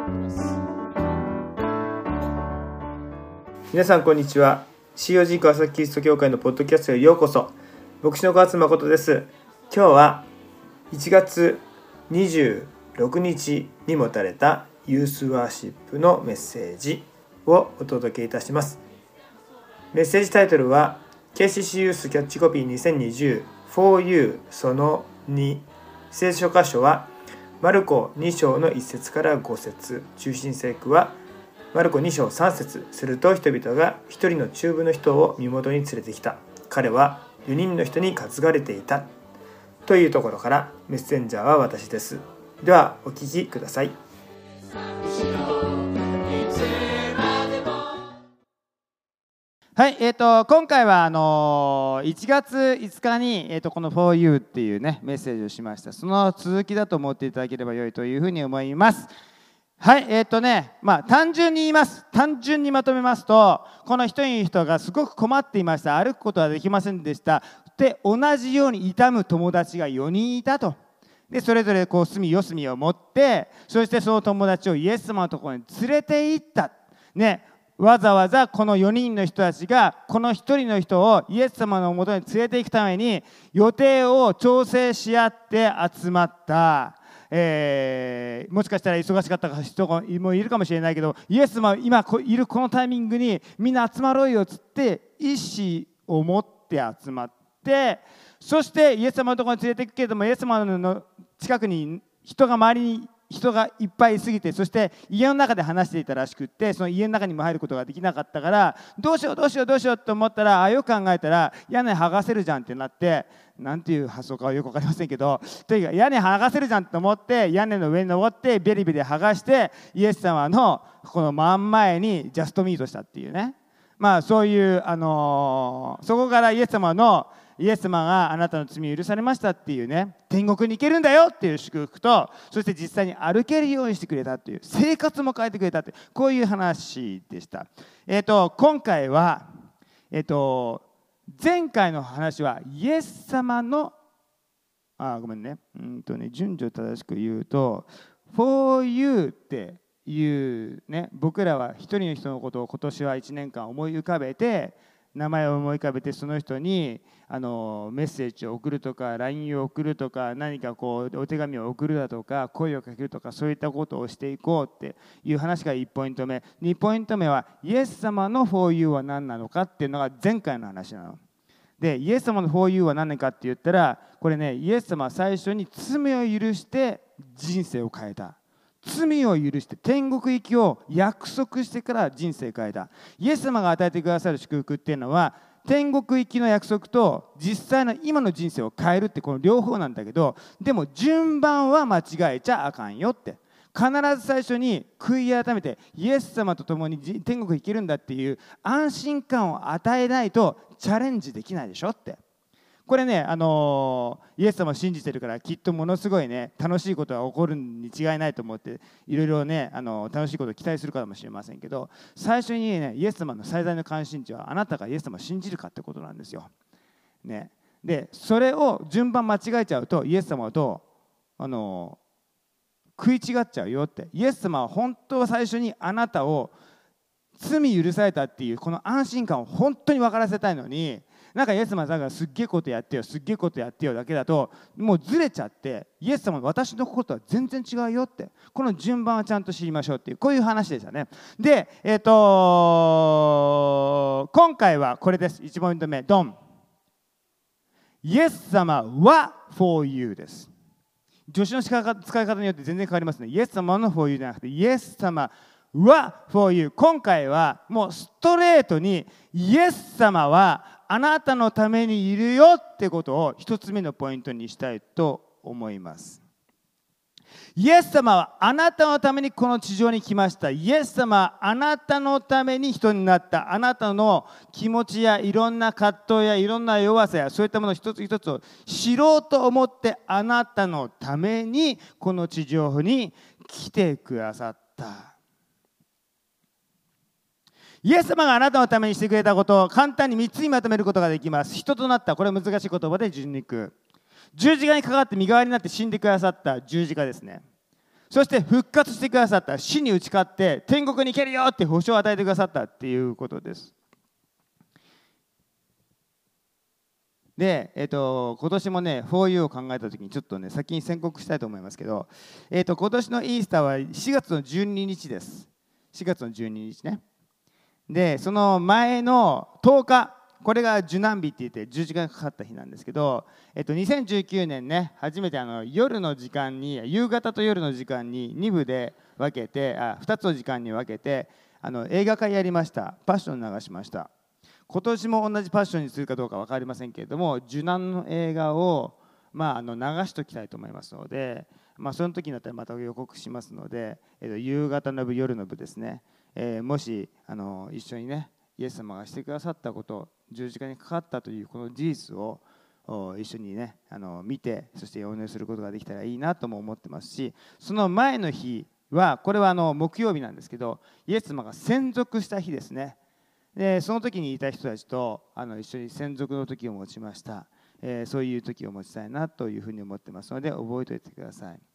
皆さんこんにちは。 COG 川崎キリスト教会のポッドキャストへようこそ。牧師の川津誠です。今日は1月26日に持たれたユースワーシップのメッセージをお届けいたします。メッセージタイトルは KCC ユースキャッチコピー2020 For You その2。聖書箇所はマルコ2章の1節から5節。中心聖句はマルコ2章3節。すると人々が一人の中部の人を身元に連れてきた。彼は4人の人に担がれていた。というところからメッセンジャーは私です。ではお聞きください。 はい、今回は1月5日に、この For You っていうねメッセージをしました。その続きだと思っていただければ良いというふうに思います。はい、単純に言います。単純にまとめますと、この一人の人がすごく困っていました。歩くことはできませんでした。で、同じように痛む友達が4人いたと。で、それぞれこう隅四隅を持って、そしてその友達をイエス様のところに連れて行った。ね、わざわざこの4人の人たちがこの1人の人をイエス様のもとに連れて行くために予定を調整し合って集まった。もしかしたら忙しかった人もいるかもしれないけど、イエス様は今いるこのタイミングにみんな集まろうよっつって意思を持って集まって、そしてイエス様のところに連れて行くけれども、イエス様の近くに周りに人がいっぱいいすぎて、そして家の中で話していたらしくって、その家の中にも入ることができなかったから、どうしようと思ったら、よく考えたら屋根剥がせるじゃんってなって、なんていう発想かはよく分かりませんけど、とにかく屋根剥がせるじゃんと思って屋根の上に登ってベリベリ剥がしてイエス様のこの真ん前にジャストミートしたっていうね、そういう、そこからイエス様があなたの罪を許されましたっていうね、天国に行けるんだよっていう祝福と、そして実際に歩けるようにしてくれたっていう、生活も変えてくれたって、こういう話でした。今回は、前回の話はイエス様の順序正しく言うと For You っていうね、僕らは一人の人のことを今年は1年間思い浮かべて、名前を思い浮かべて、その人にメッセージを送るとか LINE を送るとか、何かこうお手紙を送るだとか声をかけるとか、そういったことをしていこうっていう話が1ポイント目。2ポイント目はイエス様の For You は何なのかっていうのが前回の話なので、イエス様の For You は何かって言ったら、これね、イエス様は最初に罪を許して人生を変えた。罪を許して天国行きを約束してから人生変えた。イエス様が与えてくださる祝福っていうのは、天国行きの約束と実際の今の人生を変えるって、この両方なんだけど、でも順番は間違えちゃあかんよって。必ず最初に悔い改めてイエス様と共に天国行けるんだっていう安心感を与えないとチャレンジできないでしょって。これね、イエス様を信じてるからきっとものすごいね、楽しいことが起こるに違いないと思っていろいろね、楽しいことを期待するかもしれませんけど、最初にね、イエス様の最大の関心事はあなたがイエス様を信じるかってことなんですよ、ね、でそれを順番間違えちゃうとイエス様と食い違っちゃうよって。イエス様は本当は最初にあなたを罪許されたっていうこの安心感を本当に分からせたいのに、なんかイエス様がすっげえことやってよだけだともうずれちゃって、イエス様私のことは全然違うよって、この順番はちゃんと知りましょうっていう、こういう話でしたね。で、今回はこれです。1ポイント目、ドン。イエス様は For You です。助詞の使い方によって全然変わりますね。イエス様の For You じゃなくて、イエス様は For You。今回はもうストレートにイエス様はあなたのためにいるよってことを一つ目のポイントにしたいと思います。イエス様はあなたのためにこの地上に来ました。イエス様はあなたのために人になった。あなたの気持ちやいろんな葛藤やいろんな弱さやそういったもの一つ一つを知ろうと思って、あなたのためにこの地上に来てくださった。イエス様があなたのためにしてくれたことを簡単に3つにまとめることができます。人となった、これは難しい言葉で十字架にかかって身代わりになって死んでくださった十字架ですね。 そして復活してくださった。死に打ち勝って天国に行けるよって保証を与えてくださったっていうことです。で、今年もね、4U を考えたときにちょっとね、先に宣告したいと思いますけど、今年のイースターは4月の12日です。4月の12日ね。で、その前の10日、これが受難日って言って10時間かかった日なんですけど、2019年ね、初めて夜の時間に、夕方と夜の時間に2部で分けて、2つの時間に分けて、映画会やりました。パッション流しました。今年も同じパッションにするかどうか分かりませんけれども、受難の映画を、流しておきたいと思いますので、その時になったらまた予告しますので、夕方の部、夜の部ですね、もし一緒にね、イエス様がしてくださったこと、十字架にかかったというこの事実を一緒にね、見て、そしてお祈りすることができたらいいなとも思ってますし、その前の日は、これは木曜日なんですけど、イエス様が専属した日ですね。でその時にいた人たちと一緒に専属の時を持ちました、そういう時を持ちたいなというふうに思ってますので覚えておいてください。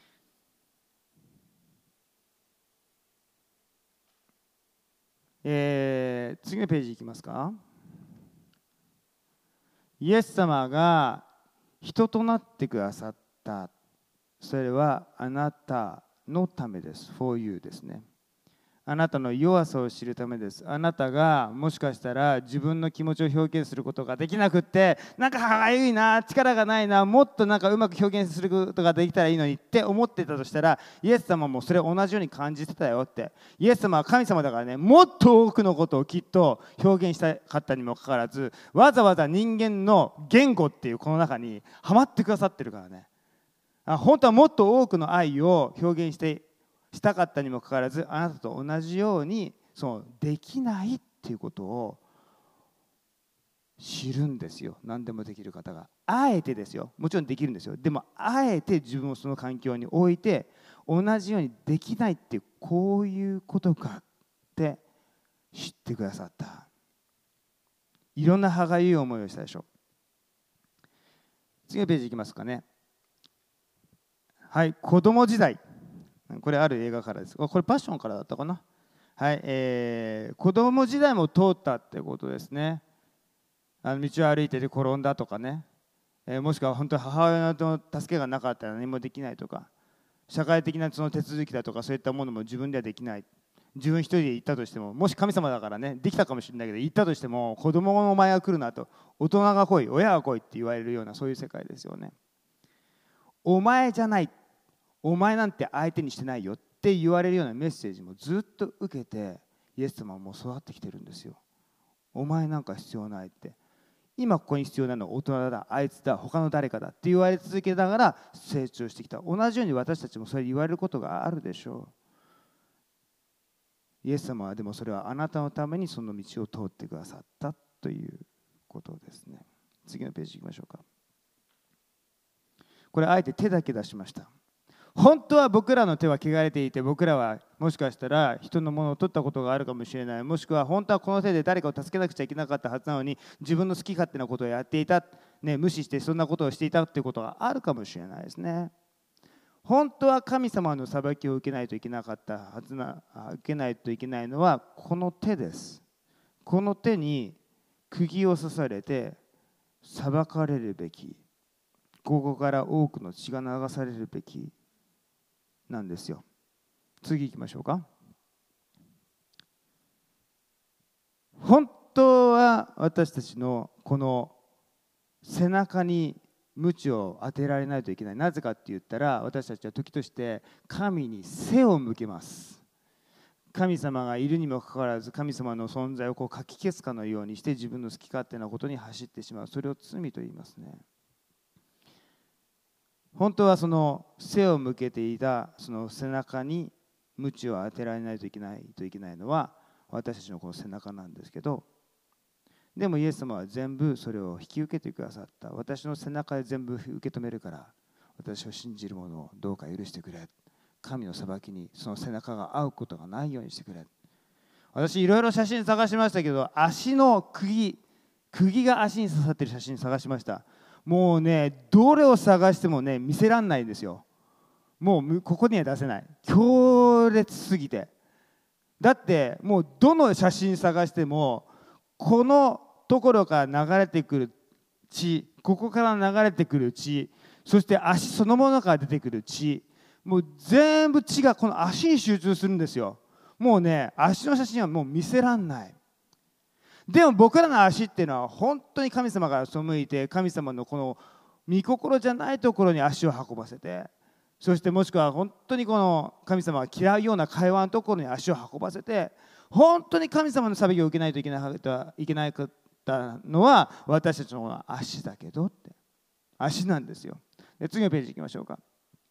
次のページいきますか。イエス様が人となってくださった、それはあなたのためです。for you ですね。あなたの弱さを知るためです。あなたがもしかしたら自分の気持ちを表現することができなくって、なんか歯がゆいな、力がないな、もっとなんかうまく表現することができたらいいのにって思ってたとしたら、イエス様もそれ同じように感じてたよって。イエス様は神様だからね、もっと多くのことをきっと表現したかったにもかかわらず、わざわざ人間の言語っていうこの中にはまってくださってるからね。本当はもっと多くの愛を表現したかったにもかかわらず、あなたと同じようにできないっていうことを知るんですよ。何でもできる方があえてですよ。もちろんできるんですよ。でもあえて自分をその環境に置いて、同じようにできないってこういうことかって知ってくださった。いろんな歯がゆい思いをしたでしょ。次のページいきますかね。はい、子供時代、これある映画からです。これパッションからだったかな。はい、子供時代も通ったってことですね。道を歩いてて転んだとかね、もしくは本当に母親の助けがなかったら何もできないとか、社会的なその手続きだとかそういったものも自分ではできない。自分一人で行ったとしても、もし神様だからねできたかもしれないけど、行ったとしても子供のお前が来るなと、大人が来い、親が来いって言われるようなそういう世界ですよね。お前じゃない、お前なんて相手にしてないよって言われるようなメッセージもずっと受けて、イエス様はもう育ってきてるんですよ。お前なんか必要ないって、今ここに必要なのは大人だ、あいつだ、他の誰かだって言われ続けながら成長してきた。同じように私たちもそれ言われることがあるでしょう。イエス様はでもそれはあなたのためにその道を通ってくださったということですね。次のページいきましょうか。これあえて手だけ出しました。本当は僕らの手は汚れていて、僕らはもしかしたら人のものを取ったことがあるかもしれない。もしくは本当はこの手で誰かを助けなくちゃいけなかったはずなのに、自分の好き勝手なことをやっていた、無視してそんなことをしていたということがあるかもしれないですね。本当は神様の裁きを受けないといけなかったはずな、受けないといけないのはこの手です。この手に釘を刺されて裁かれるべき、ここから多くの血が流されるべきなんですよ。次行きましょうか。本当は私たちのこの背中に鞭を当てられないといけない。なぜかって言ったら、私たちは時として神に背を向けます。神様がいるにもかかわらず、神様の存在をかき消すかのようにして自分の好き勝手なことに走ってしまう。それを罪と言いますね。本当はその背を向けていたその背中に鞭を当てられないといけないのは私たちのこの背中なんですけど、でもイエス様は全部それを引き受けてくださった。私の背中で全部受け止めるから、私を信じる者をどうか許してくれ。神の裁きにその背中が合うことがないようにしてくれ。私いろいろ写真探しましたけど、足の釘が足に刺さっている写真探しました。もうね、どれを探してもね見せらんないんですよ。 もうここには出せない。強烈すぎて。だってもうどの写真探してもこのところから流れてくる血、ここから流れてくる血、そして足そのものから出てくる血、もう全部血がこの足に集中するんですよ。もうね、足の写真はもう見せらんない。でも僕らの足っていうのは本当に神様から背いて、神様のこの御心じゃないところに足を運ばせて、そしてもしくは本当にこの神様が嫌うような会話のところに足を運ばせて、本当に神様の裁きを受けないといけなかったのは私たちの足だけどって、足なんですよ。で、次のページ行きましょうか。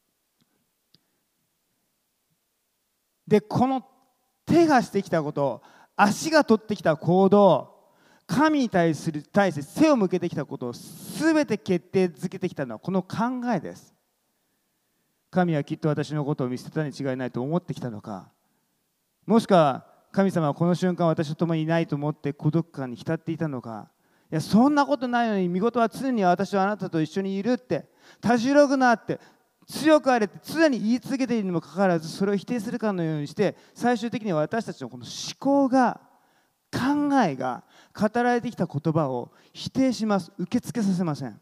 で、この手がしてきたこと、足が取ってきた行動、神に対して背を向けてきたことを全て決定づけてきたのはこの考えです。神はきっと私のことを見捨てたに違いないと思ってきたのか、もしくは神様はこの瞬間私と共にいないと思って孤独感に浸っていたのか。いや、そんなことないのに、御事は常に私はあなたと一緒にいるって、たじろぐなって強くあれって常に言い続けているにもかかわらず、それを否定するかのようにして、最終的には私たちのこの思考が、考えが語られてきた言葉を否定します。受け付けさせません。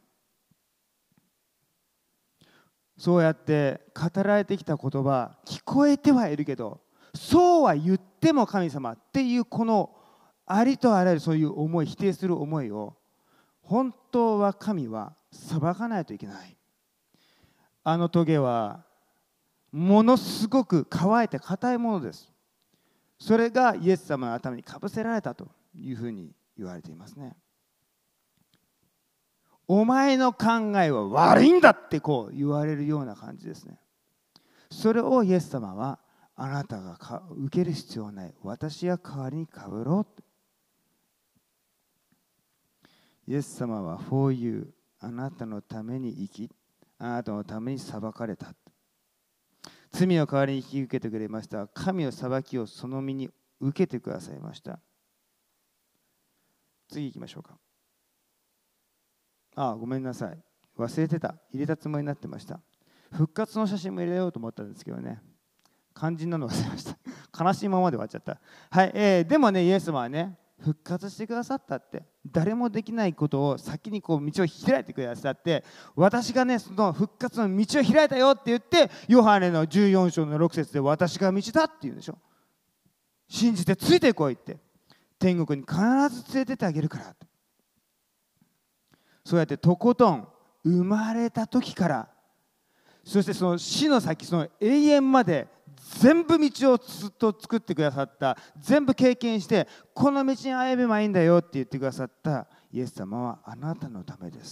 そうやって語られてきた言葉、聞こえてはいるけど、そうは言っても神様っていうこのありとあらゆるそういう思い、否定する思いを本当は神は裁かないといけない。あの棘はものすごく乾いて硬いものです。それがイエス様の頭にかぶせられたというふうに言われていますね。お前の考えは悪いんだってこう言われるような感じですね。それをイエス様は、あなたが受ける必要はない、私が代わりにかぶろう。イエス様は For you、 あなたのために生き、あなたのために裁かれた。罪を代わりに引き受けてくれました。神の裁きをその身に受けてくださいました。次行きましょうか。ごめんなさい、忘れてた。入れたつもりになってました。復活の写真も入れようと思ったんですけどね、肝心なの忘れました。悲しいままで終わっちゃった。はい、でもね、イエス様はね、復活してくださったって、誰もできないことを先にこう道を開いてくださって、私がね、その復活の道を開いたよって言って、ヨハネの14章の6節で、私が道だって言うんでしょ。信じてついてこいって、天国に必ず連れてってあげるからって。そうやってとことん生まれた時から、そしてその死の先、その永遠まで全部道をずっと作ってくださった、全部経験してこの道に歩めばいいんだよって言ってくださったイエス様はあなたのためです。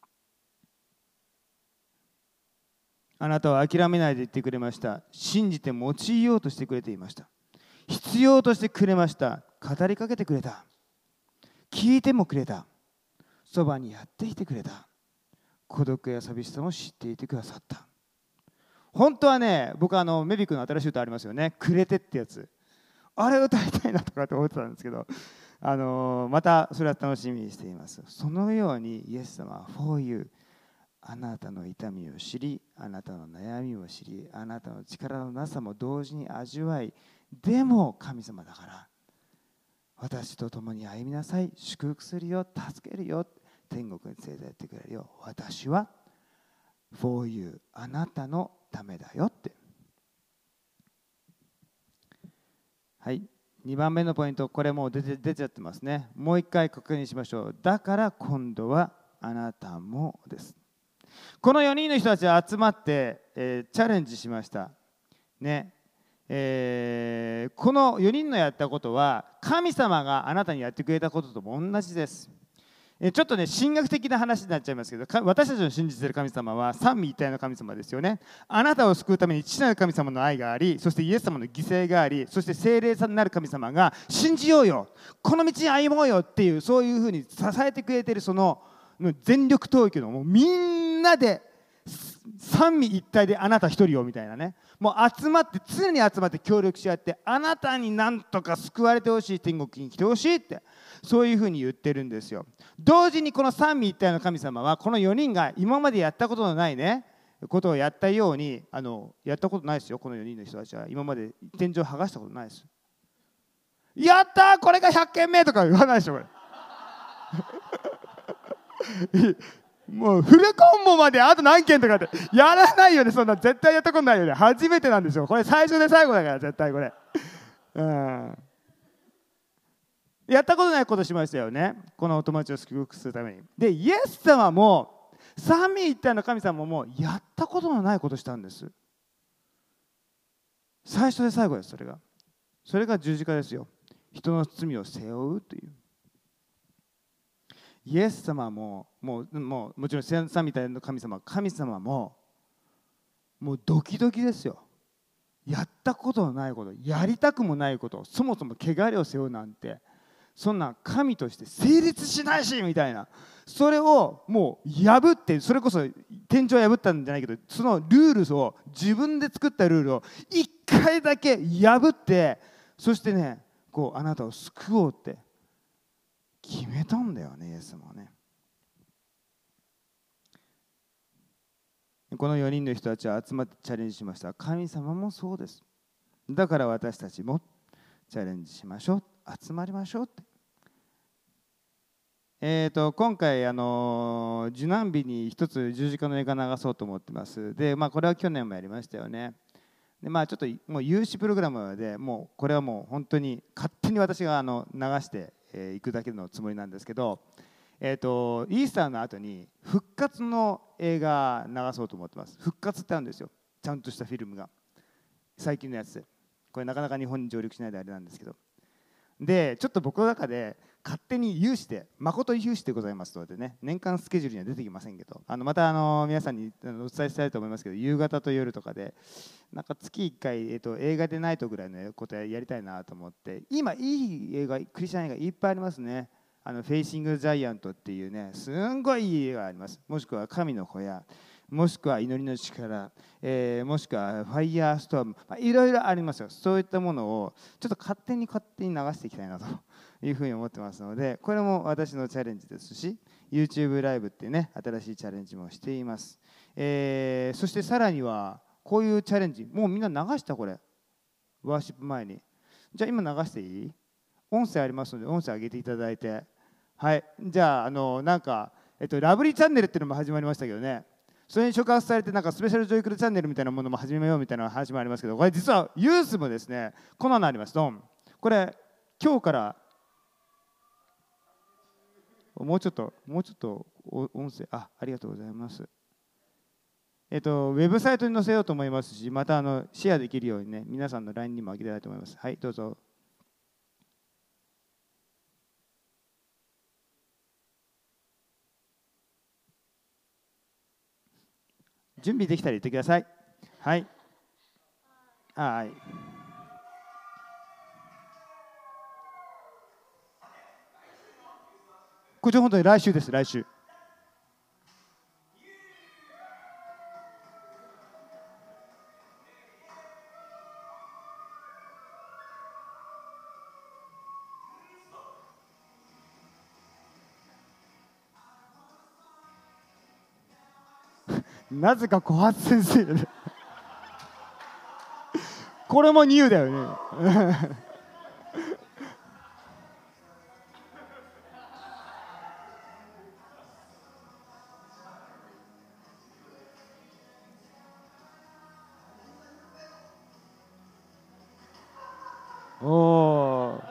あなたは諦めないで言ってくれました。信じて用いようとしてくれていました。必要としてくれました。語りかけてくれた。聞いてもくれた。そばにやってきてくれた。孤独や寂しさも知っていてくださった。本当はね、僕メビ君の新しい歌ありますよね、くれてってやつ。あれ歌いたいなとかって思ってたんですけど、またそれは楽しみにしています。そのようにイエス様は For you、 あなたの痛みを知り、あなたの悩みを知り、あなたの力のなさも同時に味わい、でも神様だから私と共に歩みなさい、祝福するよ、助けるよ、天国に連れてってくれるよ、私は For you、 あなたのためだよって。はい、2番目のポイント、これもう出ちゃってますね。もう一回確認しましょう。だから今度はあなたもです。この4人の人たちが集まって、チャレンジしましたね。この4人のやったことは神様があなたにやってくれたこととも同じです。ちょっとね、神学的な話になっちゃいますけど、私たちの信じている神様は三位一体の神様ですよね。あなたを救うために父なる神様の愛があり、そしてイエス様の犠牲があり、そして聖霊さんなる神様が信じようよ、この道に歩もうよっていう、そういうふうに支えてくれているその全力投球の、もうみんなで三位一体であなた一人よみたいなね、もう集まって、常に集まって協力し合って、あなたになんとか救われてほしい、天国に来てほしいって、そういうふうに言ってるんですよ。同時にこの三位一体の神様はこの4人が今までやったことのないね、 ことをやったようにやったことないですよ。この4人の人たちは今まで天井剥がしたことないです。やったーこれが100件目とか言わないでしょこれもうフルコンボまであと何件とかってやらないよね。そんな絶対やったことないよね。初めてなんですよこれ。最初で最後だから絶対これ。やったことないことしましたよね、このお友達を祝福するために。でイエス様も三位一体の神様もやったことのないことをしたんです。最初で最後です。それが十字架ですよ。人の罪を背負うという。イエス様ももちろん三位一体の神様ももうドキドキですよ。やったことのないこと、やりたくもないこと、そもそも汚れを背負うなんてそんな神として成立しないしみたいな、それをもう破って、それこそ天井を破ったんじゃないけど、そのルールを自分で作ったルールを一回だけ破って、そしてねこうあなたを救おうって決めたんだよね、イエス様はね。この4人の人たちは集まってチャレンジしました。神様もそうです。だから私たちもチャレンジしましょう、集まりましょうって。今回受難日に一つ十字架の映画流そうと思ってます。で、これは去年もやりましたよね。でちょっともう有志プログラムでもうこれはもう本当に勝手に私が流していくだけのつもりなんですけど、イースターの後に復活の映画流そうと思ってます。復活ってあるんですよ、ちゃんとしたフィルムが、最近のやつで。これなかなか日本に上陸しないであれなんですけど、でちょっと僕の中で勝手に有志で誠有志でございますのでね、年間スケジュールには出てきませんけど、また皆さんにお伝えしたいと思いますけど、夕方と夜とかでなんか月1回、映画でないとぐらいのことやりたいなと思って。今いい映画、クリスチャン映画いっぱいありますね。フェイシング・ジャイアントっていうね、すんごいいい映画あります。もしくは神の子や、もしくは祈りの力、もしくはファイヤーストーム、いろいろありますよ。そういったものをちょっと勝手に流していきたいなというふうに思ってますので、これも私のチャレンジですし、 YouTube ライブっていうね新しいチャレンジもしています。そしてさらにはこういうチャレンジ、もうみんな流した、これワーシップ前に。じゃあ今流していい？音声ありますので音声上げていただいて、はい、じゃあなんか、ラブリーチャンネルっていうのも始まりましたけどね、それに触発されてなんかスペシャルジョイクルチャンネルみたいなものも始めようみたいな話もありますけど、これ実はユースもですね、こんなのあります。ドン。これ今日からもうちょっと音声、ありがとうございます。ウェブサイトに載せようと思いますし、またシェアできるようにね、皆さんの LINE にも上げたいと思います。はい、どうぞ。準備できたら言ってください。はい。はい。これ本当に来週です、来週。なぜか小発先生でこれもニューだよねおお。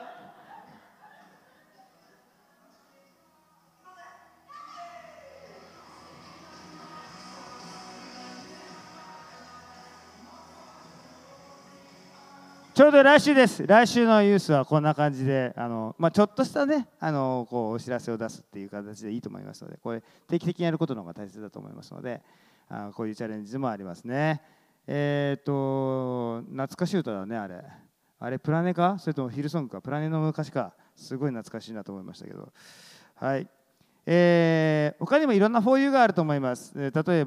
ちょうど来週です。来週のユースはこんな感じで、ちょっとしたね、こうお知らせを出すっていう形でいいと思いますので、これ定期的にやることの方が大切だと思いますので、こういうチャレンジもありますね。懐かしい歌だね、あれプラネか、それともヒルソングか、プラネの昔か、すごい懐かしいなと思いましたけど、はい。他にもいろんな 4U があると思います。例え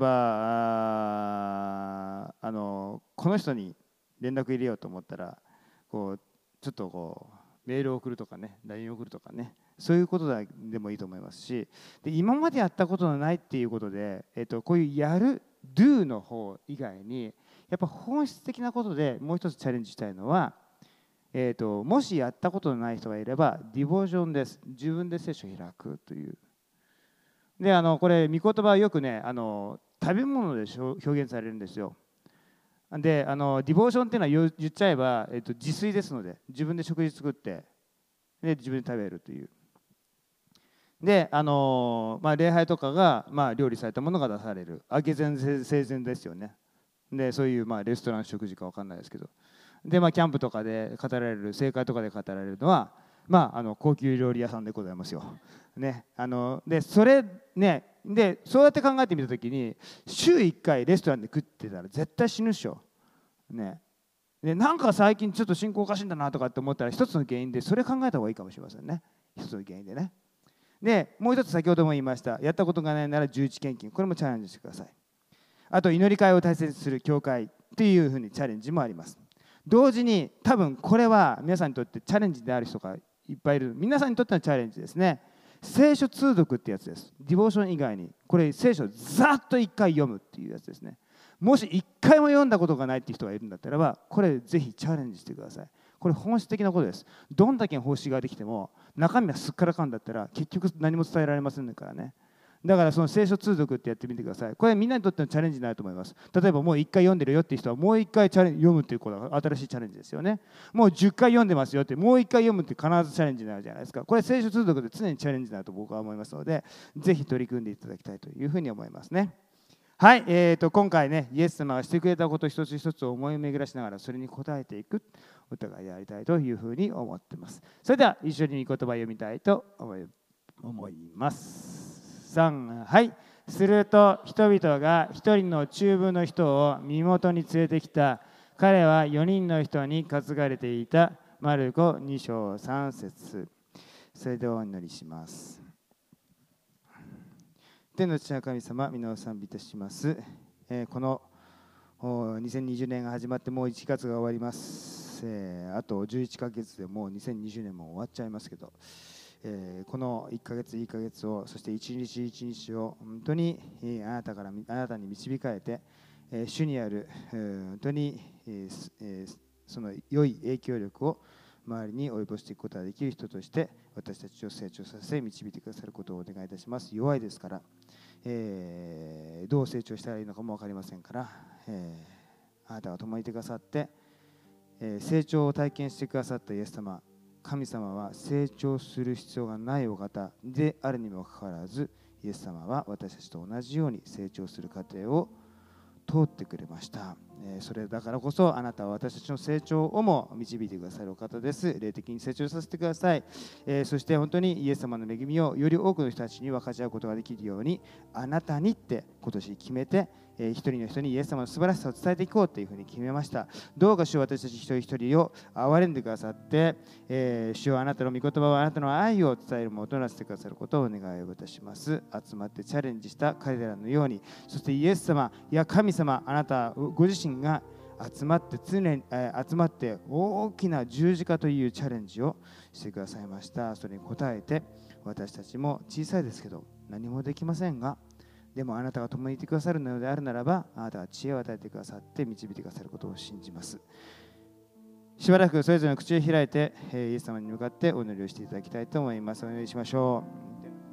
ばこの人に連絡入れようと思ったらこうちょっとこうメールを送るとかね、 LINE を送るとかね、そういうことでもいいと思いますし、で今までやったことのないっていうことで、こういうやる Do の方以外にやっぱ本質的なことでもう一つチャレンジしたいのは、もしやったことのない人がいればディボーションです。自分で聖書を開くという。でこれ御言葉はよくね食べ物で表現されるんですよ。でディボーションっていうのは言っちゃえば、自炊ですので自分で食事作ってで自分で食べるという。で礼拝とかが、料理されたものが出される。揚げ膳生前ですよね。でそういう、レストラン食事か分かんないですけど、で、キャンプとかで語られる、正会とかで語られるのは、高級料理屋さんでございますよ。ね、でそれねでそうやって考えてみたときに、週1回レストランで食ってたら絶対死ぬっしょ。ね、でなんか最近ちょっと進行おかしいんだなとかって思ったら、一つの原因でそれ考えた方がいいかもしれませんね。一つの原因でね。でもう一つ、先ほども言いました、やったことがないなら11献金、これもチャレンジしてください。あと祈り会を大切にする教会っていうふうにチャレンジもあります。同時に多分これは皆さんにとってチャレンジである人がいっぱいいる。皆さんにとってのチャレンジですね。聖書通読ってやつです。ディボーション以外にこれ聖書をざっと1回読むっていうやつですね。もし1回も読んだことがないっていう人がいるんだったらば、これぜひチャレンジしてください。これ本質的なことです。どんだけ奉仕ができても中身はすっからかんだったら結局何も伝えられませんからね。だからその聖書通読ってやってみてください。これみんなにとってのチャレンジになると思います。例えばもう1回読んでるよっていう人はもう1回読むっていうことが新しいチャレンジですよね。もう10回読んでますよってもう1回読むって必ずチャレンジになるじゃないですか。これ聖書通読で常にチャレンジになると僕は思いますので、ぜひ取り組んでいただきたいというふうに思いますね。はい、今回ね、イエス様がしてくれたこと一つ一つを思い巡らしながらそれに応えていくお互いやりたいというふうに思っています。それでは一緒に御言葉を読みたいと思います。3、はい。すると人々が一人の中部の人を身元に連れてきた。彼は4人の人に担がれていた。マルコ2章3節。それでお祈りします。天の父なる神様、皆を賛美いたします。この2020年が始まってもう1月が終わります。あと11ヶ月でもう2020年も終わっちゃいますけど、この1ヶ月1ヶ月を、そして一日一日を本当にあなたに導かれて、主にある本当にその良い影響力を周りに及ぼしていくことができる人として私たちを成長させ導いてくださることをお願いいたします。弱いですから、どう成長したらいいのかも分かりませんから、あなたが共にいてくださって、成長を体験してくださったイエス様、神様は成長する必要がないお方であるにもかかわらず、イエス様は私たちと同じように成長する過程を通ってくれました。それだからこそあなたは私たちの成長をも導いてくださるお方です。霊的に成長させてください。そして本当にイエス様の恵みをより多くの人たちに分かち合うことができるように、あなたにって今年決めて、一人の人にイエス様の素晴らしさを伝えていこうというふうに決めました。どうか主よ、私たち一人一人を憐れんでくださって、主よ、あなたの御言葉を、あなたの愛を伝えるもとなしてくださることをお願いをいたします。集まってチャレンジした彼らのように、そしてイエス様や神様、あなたご自身が集まって大きな十字架というチャレンジをしてくださいました。それに応えて、私たちも小さいですけど何もできませんが、でもあなたが共にいてくださるのであるならば、あなたは知恵を与えてくださって導いてくださることを信じます。しばらくそれぞれの口を開いて、イエス様に向かってお祈りをしていただきたいと思います。お祈りしましょう。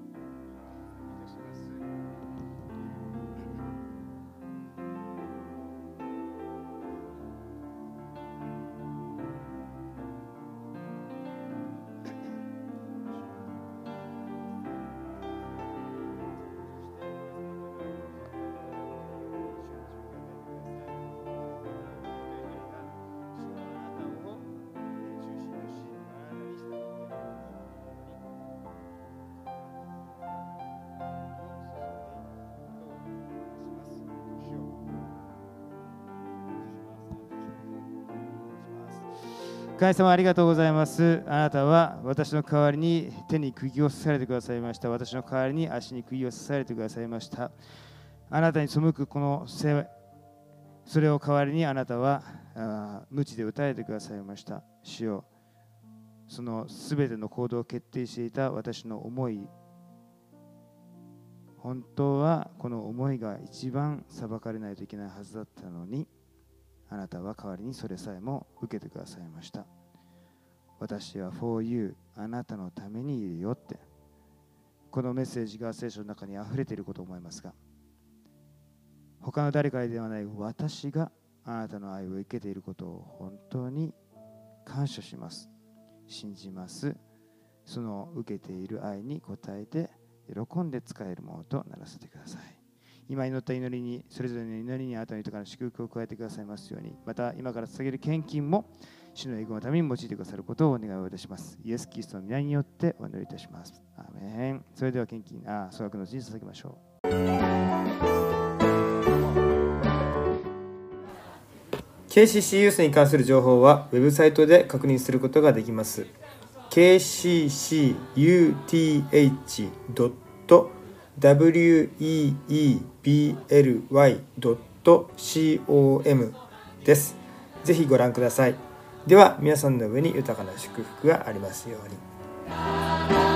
神様ありがとうございます。あなたは私の代わりに手に釘を刺されてくださいました。私の代わりに足に釘を刺されてくださいました。あなたに背くこのそれを代わりにあなたは無知で打たれてくださいました。主よ、そのすべての行動を決定していた私の思い本当はこの思いが一番裁かれないといけないはずだったのに、あなたは代わりにそれさえも受けてくださいました。私は for you、 あなたのためにいるよって、このメッセージが聖書の中にあふれていることを思いますが、他の誰かではない私があなたの愛を受けていることを本当に感謝します。信じます。その受けている愛に応えて喜んで使えるものとならせてください。今祈った祈りに、それぞれの祈りにあなたの豊かな祝福を加えてくださいますように、また今から捧げる献金も主の栄光のために用いてくださることをお願いをいたします。イエス・キリストの皆によってお祈りいたします。アーメン。それでは献金、総額のうちに捧げましょう。 KCC ユースに関する情報はウェブサイトで確認することができます。kccuth.weebly.com です。ぜひご覧ください。では皆さんの上に豊かな祝福がありますように。